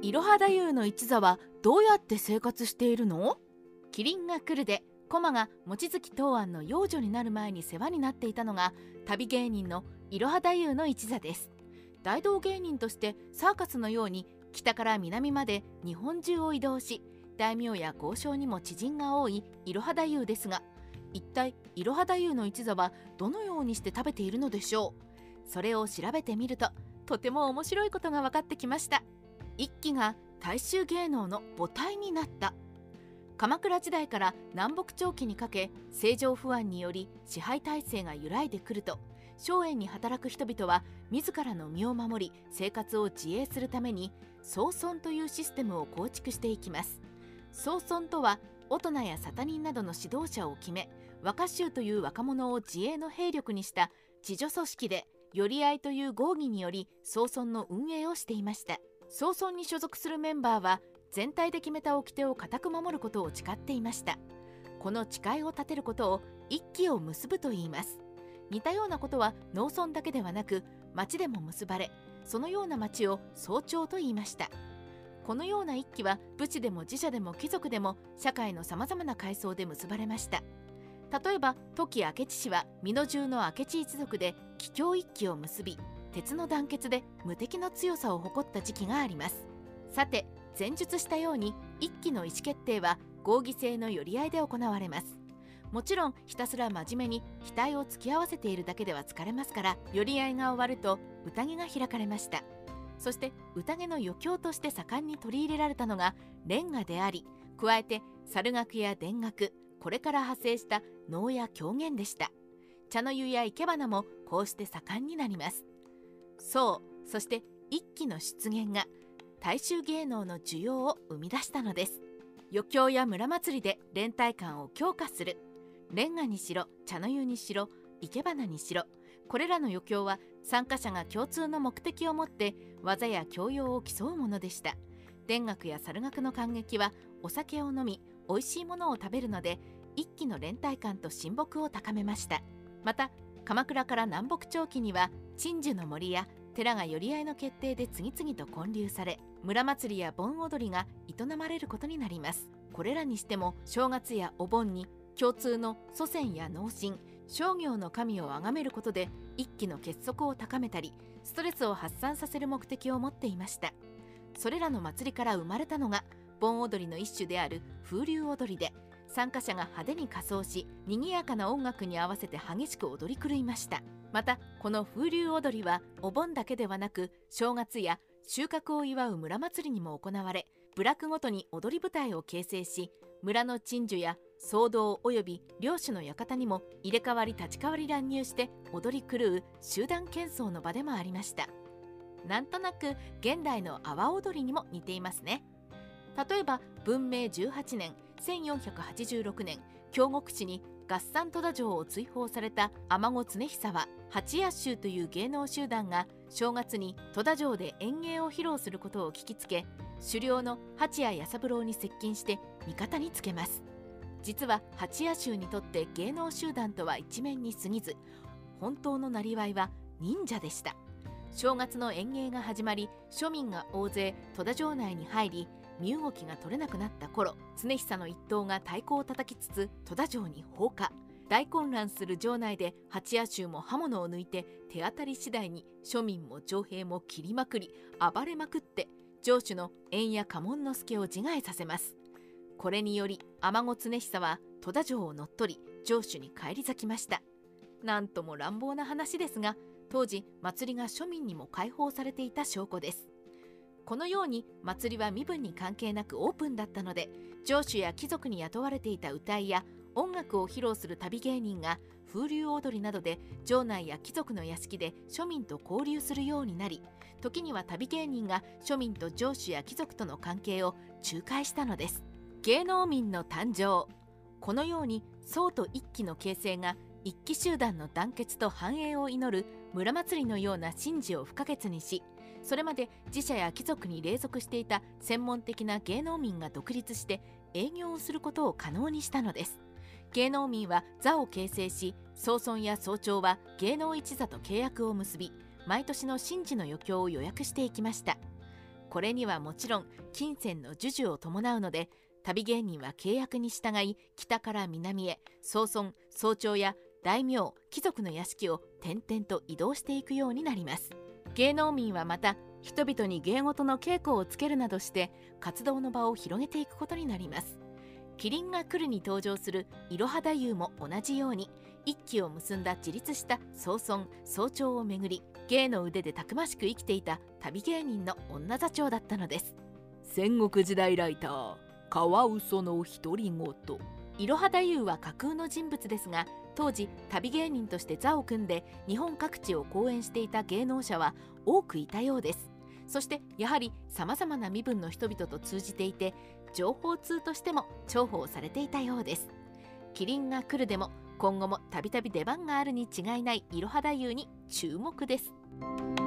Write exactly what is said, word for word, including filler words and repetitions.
いろは太夫の一座はどうやって生活しているの？麒麟が来るで駒が望月東庵の養女になる前に世話になっていたのが旅芸人のいろは太夫の一座です。大道芸人としてサーカスのように北から南まで日本中を移動し、大名や豪商にも知人が多いいろは太夫ですが、一体いろは太夫の一座はどのようにして食べているのでしょう。それを調べてみるととても面白いことが分かってきました。一揆が大衆芸能の母体になった。鎌倉時代から南北朝期にかけ、政情不安により支配体制が揺らいでくると、荘園に働く人々は自らの身を守り生活を自衛するために荘村というシステムを構築していきます。荘村とは大人や沙汰人などの指導者を決め、若衆という若者を自衛の兵力にした自助組織で、寄り合いという合議により荘村の運営をしていました。荘村に所属するメンバーは全体で決めた掟を固く守ることを誓っていました。この誓いを立てることを一揆を結ぶといいます。似たようなことは農村だけではなく町でも結ばれ、そのような町を荘町と言いました。このような一揆は武士でも寺社でも貴族でも社会のさまざまな階層で結ばれました。例えば時明智氏は美濃中の明智一族で桔梗一揆を結び、鉄の団結で無敵の強さを誇った時期があります。さて前述したように一揆の意思決定は合議制の寄り合いで行われます。もちろんひたすら真面目に額を突き合わせているだけでは疲れますから、寄り合いが終わると宴が開かれました。そして宴の余興として盛んに取り入れられたのがレンガであり、加えて猿楽や田楽、これから派生した能や狂言でした。茶の湯や生け花もこうして盛んになります。そう、そして一揆の出現が大衆芸能の需要を生み出したのです。余興や村祭りで連帯感を強化する。レンガにしろ、茶の湯にしろ、生け花にしろ、これらの余興は参加者が共通の目的を持って技や教養を競うものでした。田楽や猿楽の観劇はお酒を飲み美味しいものを食べるので、一揆の連帯感と親睦を高めました。また鎌倉から南北朝期には鎮守の森や寺が寄り合いの決定で次々と建立され、村祭りや盆踊りが営まれることになります。これらにしても正月やお盆に共通の祖先や農神、商業の神を崇めることで一揆の結束を高めたり、ストレスを発散させる目的を持っていました。それらの祭りから生まれたのが盆踊りの一種である風流踊りで、参加者が派手に仮装し賑やかな音楽に合わせて激しく踊り狂いました。またこの風流踊りはお盆だけではなく正月や収穫を祝う村祭りにも行われ、部落ごとに踊り部隊を形成し、村の鎮守や僧道および領主の館にも入れ替わり立ち替わり乱入して踊り狂う集団喧騒の場でもありました。なんとなく現代の阿波踊りにも似ていますね。例えば文明じゅうはちねんせんよんひゃくはちじゅうろくねん、京極市に合算戸田城を追放された尼子常久は、八夜衆という芸能集団が正月に戸田城で演芸を披露することを聞きつけ、狩猟の八谷弥三郎に接近して味方につけます。実は八夜衆にとって芸能集団とは一面に過ぎず、本当のなりわいは忍者でした。正月の演芸が始まり、庶民が大勢戸田城内に入り、身動きが取れなくなった頃、常久の一党が太鼓を叩きつつ戸田城に放火。大混乱する城内で八夜衆も刃物を抜いて手当たり次第に庶民も徴兵も切りまくり暴れまくって、城主の円谷家紋之助を自害させます。これにより尼子常久は戸田城を乗っ取り城主に返り咲きました。なんとも乱暴な話ですが、当時祭りが庶民にも開放されていた証拠です。このように祭りは身分に関係なくオープンだったので、城主や貴族に雇われていた歌いや音楽を披露する旅芸人が風流踊りなどで城内や貴族の屋敷で庶民と交流するようになり、時には旅芸人が庶民と城主や貴族との関係を仲介したのです。芸能民の誕生。このように僧と一揆の形成が一揆集団の団結と繁栄を祈る村祭りのような神事を不可欠にし、それまで寺社や貴族に隷属していた専門的な芸能民が独立して営業をすることを可能にしたのです。芸能民は座を形成し、荘村や荘町は芸能一座と契約を結び、毎年の神事の余興を予約していきました。 これにはもちろん金銭の授受を伴うので、旅芸人は契約に従い北から南へ総村、総長や大名、貴族の屋敷を転々と移動していくようになります。芸能民はまた人々に芸事の稽古をつけるなどして活動の場を広げていくことになります。麒麟が来るに登場するいろは太夫も同じように一揆を結んだ自立した総村、総長をめぐり、芸の腕でたくましく生きていた旅芸人の女座長だったのです。戦国時代ライターカワウソの独り言。いろは太夫は架空の人物ですが、当時旅芸人として座を組んで日本各地を講演していた芸能者は多くいたようです。そしてやはりさまざまな身分の人々と通じていて、情報通としても重宝されていたようです。麒麟が来るでも今後もたびたび出番があるに違いないいろは太夫に注目です。